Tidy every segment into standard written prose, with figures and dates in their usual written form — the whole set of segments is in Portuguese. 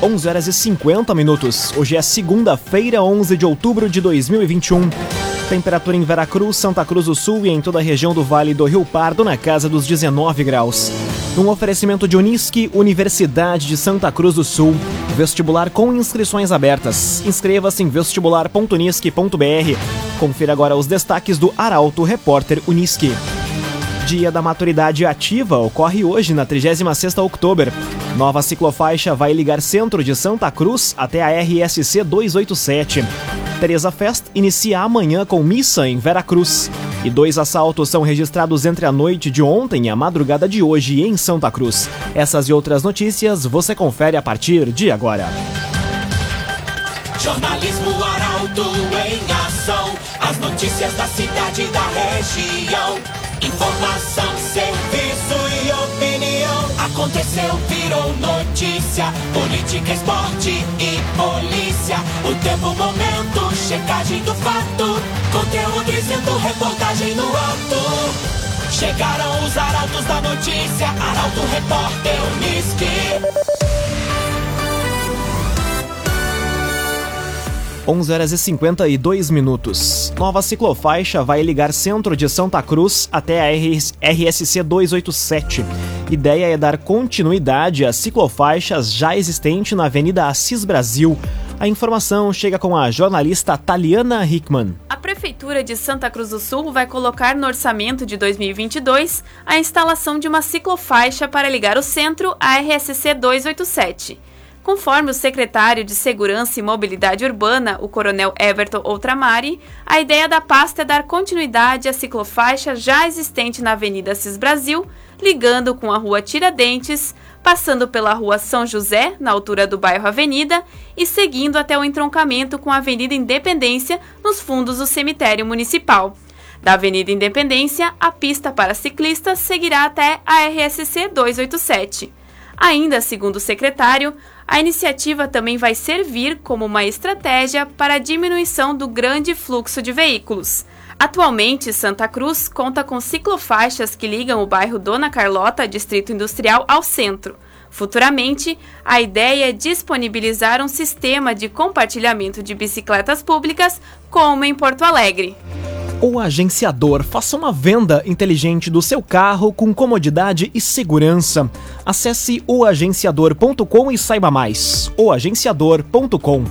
11h50. Hoje é segunda-feira, 11 de outubro de 2021. Temperatura em Veracruz, Santa Cruz do Sul e em toda a região do Vale do Rio Pardo na casa dos 19 graus. Num oferecimento de Unisque, Universidade de Santa Cruz do Sul. Vestibular com inscrições abertas. Inscreva-se em vestibular.unisque.br. Confira agora os destaques do Arauto Repórter Unisque. Dia da Maturidade Ativa ocorre hoje na 36ª Oktober. Nova ciclofaixa vai ligar centro de Santa Cruz até a RSC 287. Teresa Fest inicia amanhã com missa em Veracruz. E 2 assaltos são registrados entre a noite de ontem e a madrugada de hoje em Santa Cruz. Essas e outras notícias você confere a partir de agora. Jornalismo Arauto em ação. As notícias da cidade e da região. Informação, serviço e opinião. Aconteceu, virou notícia. Política, esporte e polícia. O tempo, momento, checagem do fato. Conteúdo dizendo, reportagem no ato. Chegaram os arautos da notícia. Arauto Repórter Unisque. 11h52. Nova ciclofaixa vai ligar centro de Santa Cruz até a RSC 287. Ideia é dar continuidade às ciclofaixas já existentes na Avenida Assis Brasil. A informação chega com a jornalista Taliana Hickman. A Prefeitura de Santa Cruz do Sul vai colocar no orçamento de 2022 a instalação de uma ciclofaixa para ligar o centro à RSC 287. Conforme o secretário de Segurança e Mobilidade Urbana, o coronel Everton Outramari, a ideia da pasta é dar continuidade à ciclofaixa já existente na Avenida Assis Brasil, ligando com a Rua Tiradentes, passando pela Rua São José, na altura do bairro Avenida, e seguindo até o entroncamento com a Avenida Independência, nos fundos do cemitério municipal. Da Avenida Independência, a pista para ciclistas seguirá até a RSC 287. Ainda segundo o secretário, a iniciativa também vai servir como uma estratégia para a diminuição do grande fluxo de veículos. Atualmente, Santa Cruz conta com ciclofaixas que ligam o bairro Dona Carlota, Distrito Industrial, ao centro. Futuramente, a ideia é disponibilizar um sistema de compartilhamento de bicicletas públicas, como em Porto Alegre. O Agenciador. Faça uma venda inteligente do seu carro com comodidade e segurança. Acesse oagenciador.com e saiba mais. oagenciador.com.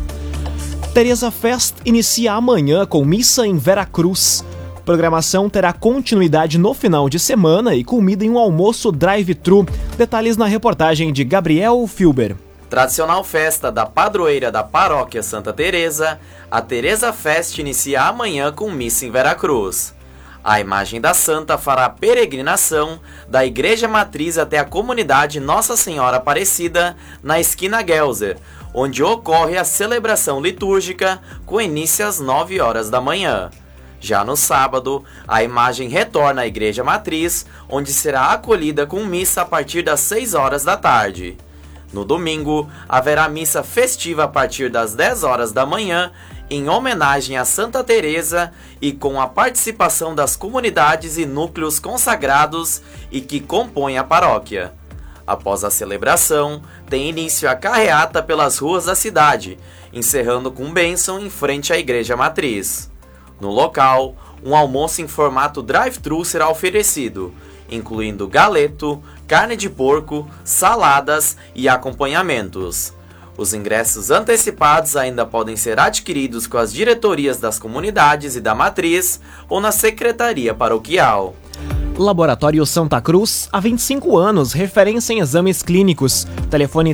Teresa Fest inicia amanhã com missa em Veracruz. Programação terá continuidade no final de semana e culmina em um almoço drive-thru. Detalhes na reportagem de Gabriel Filber. Tradicional festa da padroeira da Paróquia Santa Teresa, a Teresa Fest inicia amanhã com missa em Veracruz. A imagem da santa fará peregrinação da Igreja Matriz até a comunidade Nossa Senhora Aparecida, na esquina Gelser, onde ocorre a celebração litúrgica com início às 9 horas da manhã. Já no sábado, a imagem retorna à Igreja Matriz, onde será acolhida com missa a partir das 6 horas da tarde. No domingo, haverá missa festiva a partir das 10 horas da manhã, em homenagem a Santa Teresa e com a participação das comunidades e núcleos consagrados e que compõem a paróquia. Após a celebração, tem início a carreata pelas ruas da cidade, encerrando com bênção em frente à Igreja Matriz. No local, um almoço em formato drive-thru será oferecido, incluindo galeto, carne de porco, saladas e acompanhamentos. Os ingressos antecipados ainda podem ser adquiridos com as diretorias das comunidades e da matriz ou na secretaria paroquial. Laboratório Santa Cruz, há 25 anos, referência em exames clínicos. Telefone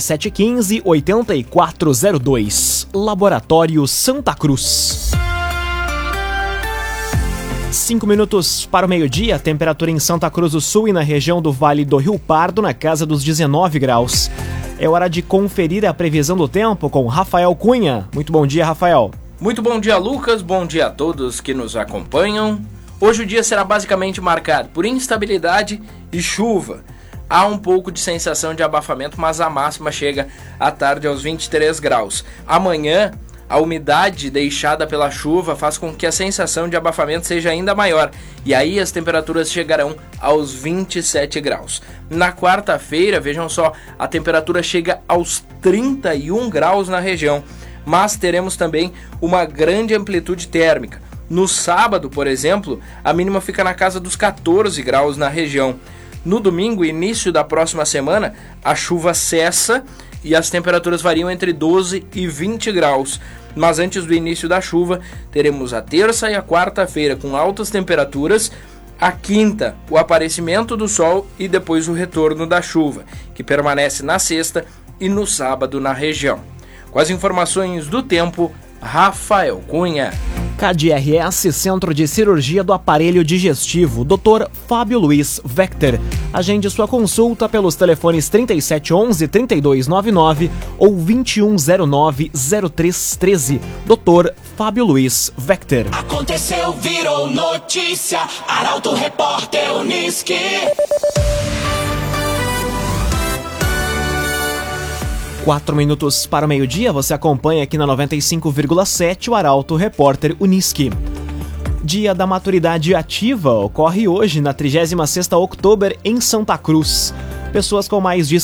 3715-8402. Laboratório Santa Cruz. 5 minutos para o meio-dia, temperatura em Santa Cruz do Sul e na região do Vale do Rio Pardo, na casa dos 19 graus. É hora de conferir a previsão do tempo com Rafael Cunha. Muito bom dia, Rafael. Muito bom dia, Lucas. Bom dia a todos que nos acompanham. Hoje o dia será basicamente marcado por instabilidade e chuva. Há um pouco de sensação de abafamento, mas a máxima chega à tarde aos 23 graus. Amanhã A umidade deixada pela chuva faz com que a sensação de abafamento seja ainda maior, e aí as temperaturas chegarão aos 27 graus. Na quarta-feira, vejam só, a temperatura chega aos 31 graus na região, mas teremos também uma grande amplitude térmica. No sábado, por exemplo, a mínima fica na casa dos 14 graus na região. No domingo, início da próxima semana, a chuva cessa e as temperaturas variam entre 12 e 20 graus. Mas antes do início da chuva, teremos a terça e a quarta-feira com altas temperaturas, a quinta, o aparecimento do sol e depois o retorno da chuva, que permanece na sexta e no sábado na região. Com as informações do tempo, Rafael Cunha. KDRS, Centro de Cirurgia do Aparelho Digestivo, Dr. Fábio Luiz Vector. Agende sua consulta pelos telefones 3711-3299 ou 2109-0313. Dr. Fábio Luiz Vector. Aconteceu, virou notícia. Arauto Repórter Unisque. 4 minutos para o meio-dia, você acompanha aqui na 95,7 o Arauto Repórter Unisque. Dia da Maturidade Ativa ocorre hoje na 36ª Oktober em Santa Cruz. Pessoas com mais de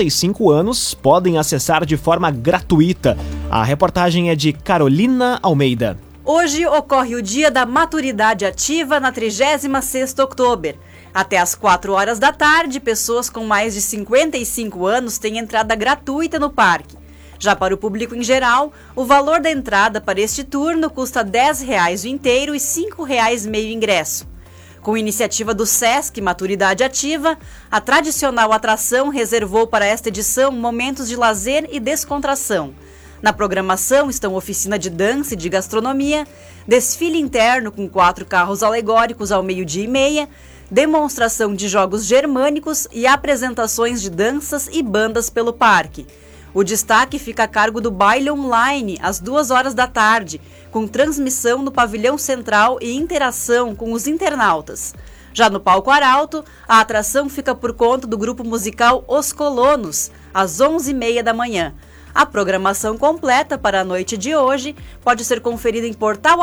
55 anos podem acessar de forma gratuita. A reportagem é de Carolina Almeida. Hoje ocorre o Dia da Maturidade Ativa na 36ª Oktober. Até às 4 horas da tarde, pessoas com mais de 55 anos têm entrada gratuita no parque. Já para o público em geral, o valor da entrada para este turno custa R$ 10 o inteiro e R$ 5 meio ingresso. Com iniciativa do Sesc Maturidade Ativa, a tradicional atração reservou para esta edição momentos de lazer e descontração. Na programação estão oficina de dança e de gastronomia, desfile interno com 4 carros alegóricos ao 12:30, demonstração de jogos germânicos e apresentações de danças e bandas pelo parque. O destaque fica a cargo do baile online às 2 horas da tarde, com transmissão no pavilhão central e interação com os internautas. Já no palco Arauto, a atração fica por conta do grupo musical Os Colonos, às 11:30 da manhã. A programação completa para a noite de hoje pode ser conferida em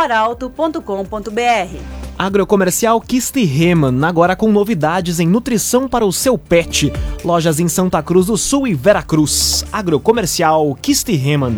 portalarauto.com.br. Agrocomercial Kistihemann, agora com novidades em nutrição para o seu pet. Lojas em Santa Cruz do Sul e Veracruz. Agrocomercial Kistihemann.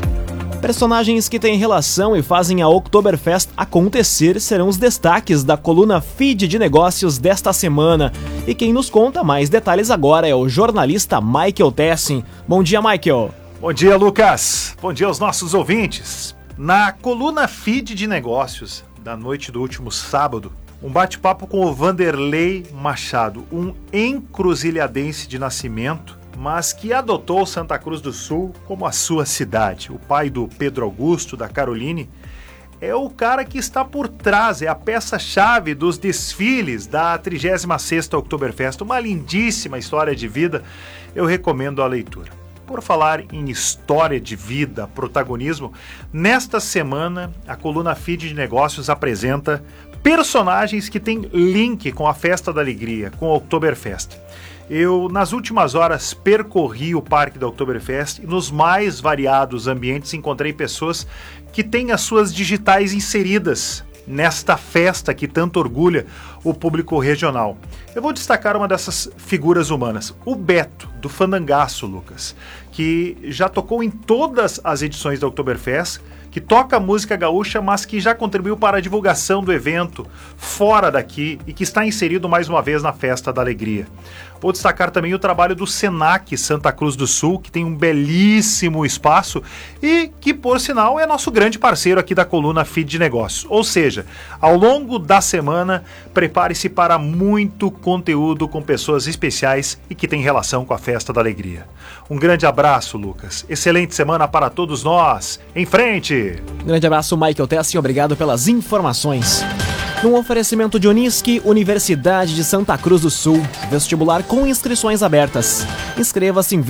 Personagens que têm relação e fazem a Oktoberfest acontecer serão os destaques da coluna Feed de Negócios desta semana. E quem nos conta mais detalhes agora é o jornalista Michael Tessin. Bom dia, Michael. Bom dia, Lucas. Bom dia aos nossos ouvintes. Na coluna Feed de Negócios da noite do último sábado, um bate-papo com o Vanderlei Machado, um encruzilhadense de nascimento, mas que adotou Santa Cruz do Sul como a sua cidade. O pai do Pedro Augusto, da Caroline, é o cara que está por trás, é a peça-chave dos desfiles da 36ª Oktoberfest. Uma lindíssima história de vida, eu recomendo a leitura. Por falar em história de vida, protagonismo, nesta semana a coluna Feed de Negócios apresenta personagens que têm link com a Festa da Alegria, com a Oktoberfest. Eu, nas últimas horas, percorri o parque da Oktoberfest e nos mais variados ambientes encontrei pessoas que têm as suas digitais inseridas nesta festa que tanto orgulha o público regional. Eu vou destacar uma dessas figuras humanas, o Beto, do Fandangaço, Lucas, que já tocou em todas as edições da Oktoberfest, que toca música gaúcha, mas que já contribuiu para a divulgação do evento fora daqui e que está inserido mais uma vez na Festa da Alegria. Vou destacar também o trabalho do Senac Santa Cruz do Sul, que tem um belíssimo espaço e que, por sinal, é nosso grande parceiro aqui da coluna Feed de Negócios. Ou seja, ao longo da semana, prepare-se para muito conteúdo com pessoas especiais e que tem relação com a Festa da Alegria. Um grande abraço, Lucas. Excelente semana para todos nós. Em frente! Grande abraço, Michael Tessin. Obrigado pelas informações. Num oferecimento de Unisque, Universidade de Santa Cruz do Sul. Vestibular com inscrições abertas. Inscreva-se em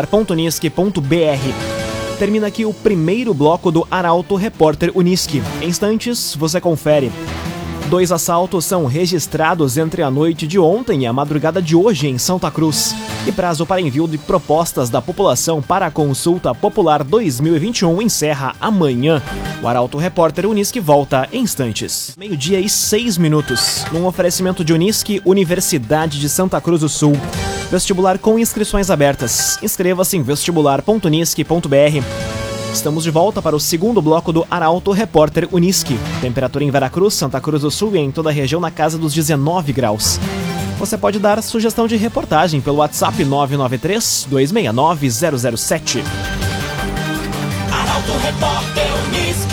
vestibular.unisque.br. Termina aqui o primeiro bloco do Arauto Repórter Unisque. Em instantes, você confere. 2 assaltos são registrados entre a noite de ontem e a madrugada de hoje em Santa Cruz. E prazo para envio de propostas da população para a Consulta Popular 2021 encerra amanhã. O Arauto Repórter Unisque volta em instantes. 12:06. Num oferecimento de Unisque, Universidade de Santa Cruz do Sul. Vestibular com inscrições abertas. Inscreva-se em vestibular.unisque.br. Estamos de volta para o segundo bloco do Arauto Repórter Unisque. Temperatura em Veracruz, Santa Cruz do Sul e em toda a região na casa dos 19 graus. Você pode dar sugestão de reportagem pelo WhatsApp 993-269-007. Arauto Repórter Unisque.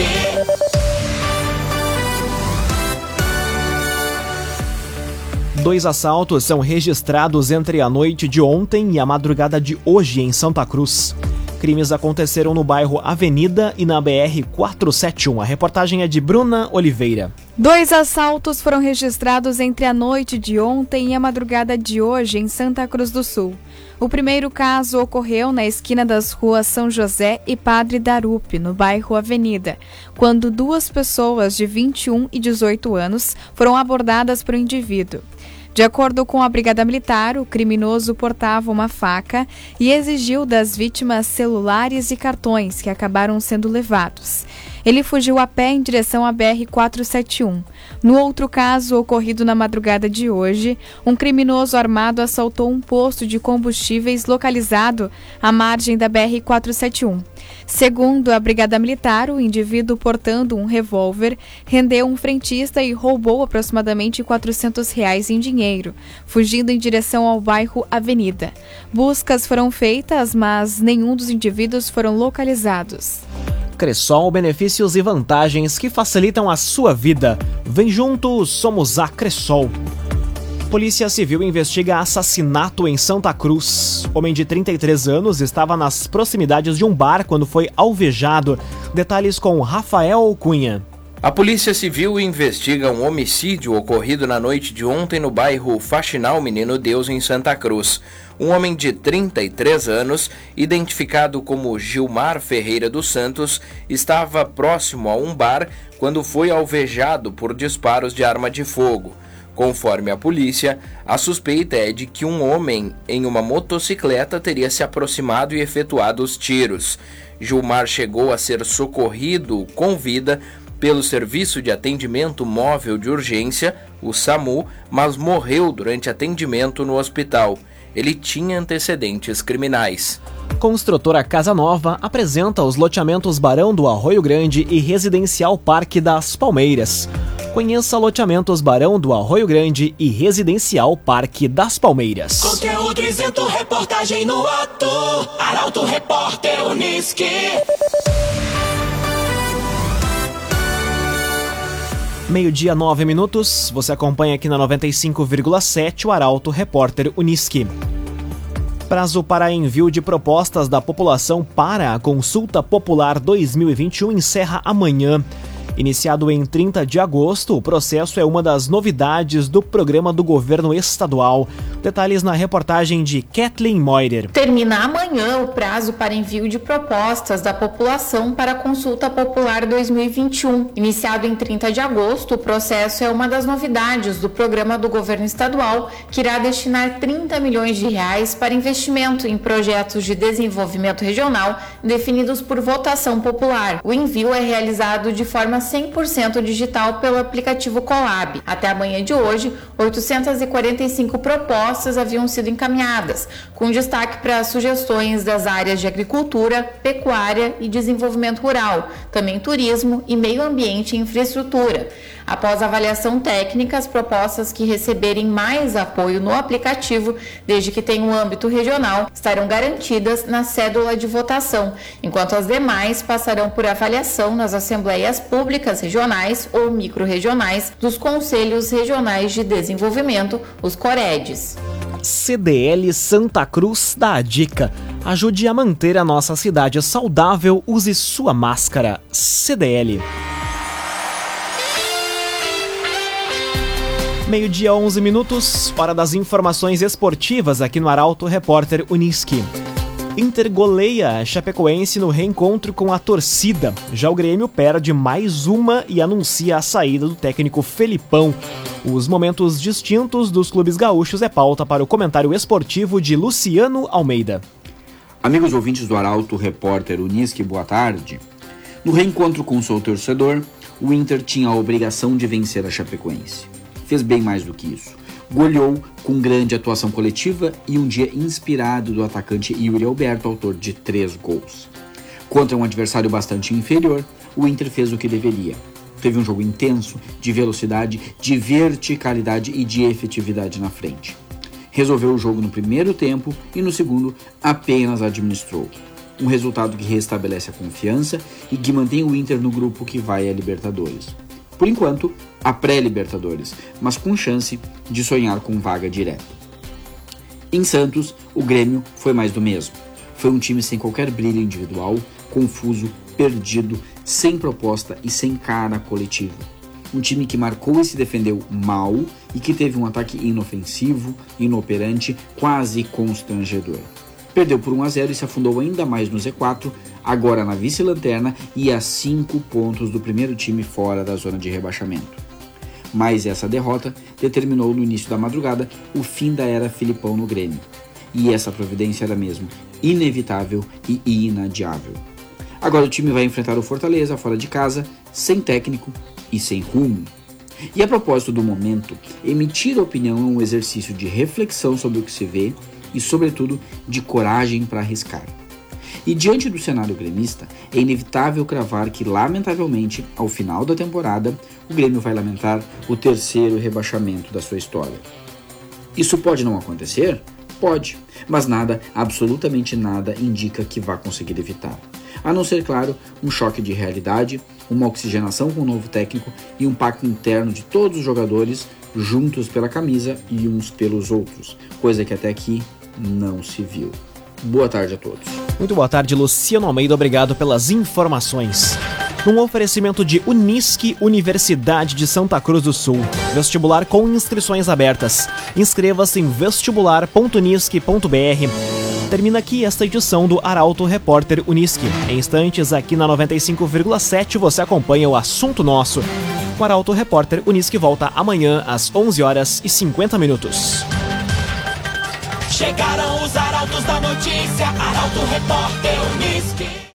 Dois assaltos são registrados entre a noite de ontem e a madrugada de hoje em Santa Cruz. Crimes aconteceram no bairro Avenida e na BR-471. A reportagem é de Bruna Oliveira. 2 assaltos foram registrados entre a noite de ontem e a madrugada de hoje em Santa Cruz do Sul. O primeiro caso ocorreu na esquina das ruas São José e Padre Darupe, no bairro Avenida, quando 2 pessoas de 21 e 18 anos foram abordadas por um indivíduo. De acordo com a Brigada Militar, o criminoso portava uma faca e exigiu das vítimas celulares e cartões que acabaram sendo levados. Ele fugiu a pé em direção à BR-471. No outro caso, ocorrido na madrugada de hoje, um criminoso armado assaltou um posto de combustíveis localizado à margem da BR-471. Segundo a Brigada Militar, o indivíduo portando um revólver rendeu um frentista e roubou aproximadamente R$400 em dinheiro, fugindo em direção ao bairro Avenida. Buscas foram feitas, mas nenhum dos indivíduos foram localizados. Cressol, benefícios e vantagens que facilitam a sua vida. Vem juntos, somos a Cressol. Polícia Civil investiga assassinato em Santa Cruz. Homem de 33 anos estava nas proximidades de um bar quando foi alvejado. Detalhes com Rafael Cunha. A Polícia Civil investiga um homicídio ocorrido na noite de ontem no bairro Faxinal Menino Deus, em Santa Cruz. Um homem de 33 anos, identificado como Gilmar Ferreira dos Santos, estava próximo a um bar quando foi alvejado por disparos de arma de fogo. Conforme a polícia, a suspeita é de que um homem em uma motocicleta teria se aproximado e efetuado os tiros. Gilmar chegou a ser socorrido com vida pelo Serviço de Atendimento Móvel de Urgência, o SAMU, mas morreu durante atendimento no hospital. Ele tinha antecedentes criminais. Construtora Casa Nova apresenta os loteamentos Barão do Arroio Grande e Residencial Parque das Palmeiras. Conheça loteamentos Barão do Arroio Grande e Residencial Parque das Palmeiras. Conteúdo isento, reportagem no ato. Arauto Repórter Unisque. Meio-dia, 9 minutos. Você acompanha aqui na 95,7 o Arauto Repórter Unisque. Prazo para envio de propostas da população para a Consulta Popular 2021 encerra amanhã. Iniciado em 30 de agosto, o processo é uma das novidades do programa do governo estadual. Detalhes na reportagem de Kathleen Moider. Termina amanhã o prazo para envio de propostas da população para a Consulta Popular 2021. Iniciado em 30 de agosto, o processo é uma das novidades do programa do governo estadual, que irá destinar 30 milhões de reais para investimento em projetos de desenvolvimento regional definidos por votação popular. O envio é realizado de forma 100% digital pelo aplicativo Colab. Até amanhã de hoje, 845 propostas haviam sido encaminhadas, com destaque para sugestões das áreas de agricultura, pecuária e desenvolvimento rural, também turismo e meio ambiente e infraestrutura. Após avaliação técnica, as propostas que receberem mais apoio no aplicativo, desde que tenham âmbito regional, estarão garantidas na cédula de votação, enquanto as demais passarão por avaliação nas assembleias públicas regionais ou microrregionais dos Conselhos Regionais de Desenvolvimento, os COREDs. CDL Santa Cruz dá a dica. Ajude a manter a nossa cidade saudável, use sua máscara. CDL. Meio-dia, 11 minutos, hora das informações esportivas aqui no Arauto Repórter Unisque. Inter goleia a Chapecoense no reencontro com a torcida. Já o Grêmio perde mais uma e anuncia a saída do técnico Felipão. Os momentos distintos dos clubes gaúchos é pauta para o comentário esportivo de Luciano Almeida. Amigos ouvintes do Arauto, repórter Unisque, boa tarde. No reencontro com o seu torcedor, o Inter tinha a obrigação de vencer a Chapecoense. Fez bem mais do que isso. Goleou com grande atuação coletiva e um dia inspirado do atacante Yuri Alberto, autor de 3 gols. Contra um adversário bastante inferior, o Inter fez o que deveria. Teve um jogo intenso, de velocidade, de verticalidade e de efetividade na frente. Resolveu o jogo no primeiro tempo e no segundo apenas administrou. Um resultado que restabelece a confiança e que mantém o Inter no grupo que vai à Libertadores. Por enquanto, a pré-Libertadores, mas com chance de sonhar com vaga direta. Em Santos, o Grêmio foi mais do mesmo. Foi um time sem qualquer brilho individual, confuso, perdido, sem proposta e sem cara coletiva. Um time que marcou e se defendeu mal e que teve um ataque inofensivo, inoperante, quase constrangedor. Perdeu por 1-0 e se afundou ainda mais no Z4, agora na vice-lanterna e a 5 pontos do primeiro time fora da zona de rebaixamento. Mas essa derrota determinou no início da madrugada o fim da era Felipão no Grêmio. E essa providência era mesmo inevitável e inadiável. Agora o time vai enfrentar o Fortaleza fora de casa, sem técnico e sem rumo. E a propósito do momento, emitir opinião é um exercício de reflexão sobre o que se vê e, sobretudo, de coragem para arriscar. E diante do cenário gremista, é inevitável cravar que, lamentavelmente, ao final da temporada, o Grêmio vai lamentar o 3º rebaixamento da sua história. Isso pode não acontecer? Pode, mas nada, absolutamente nada, indica que vá conseguir evitar. A não ser, claro, um choque de realidade, uma oxigenação com o novo técnico e um pacto interno de todos os jogadores juntos pela camisa e uns pelos outros, coisa que até aqui não se viu. Boa tarde a todos. Muito boa tarde, Luciano Almeida, obrigado pelas informações. Num oferecimento de Unisque, Universidade de Santa Cruz do Sul. Vestibular com inscrições abertas. Inscreva-se em vestibular.unisque.br. Termina aqui esta edição do Arauto Repórter Unisque. Em instantes, aqui na 95,7, você acompanha o assunto nosso. O Arauto Repórter Unisque volta amanhã às 11h50. Chegaram os arautos da notícia, Arauto Repórter Unisque.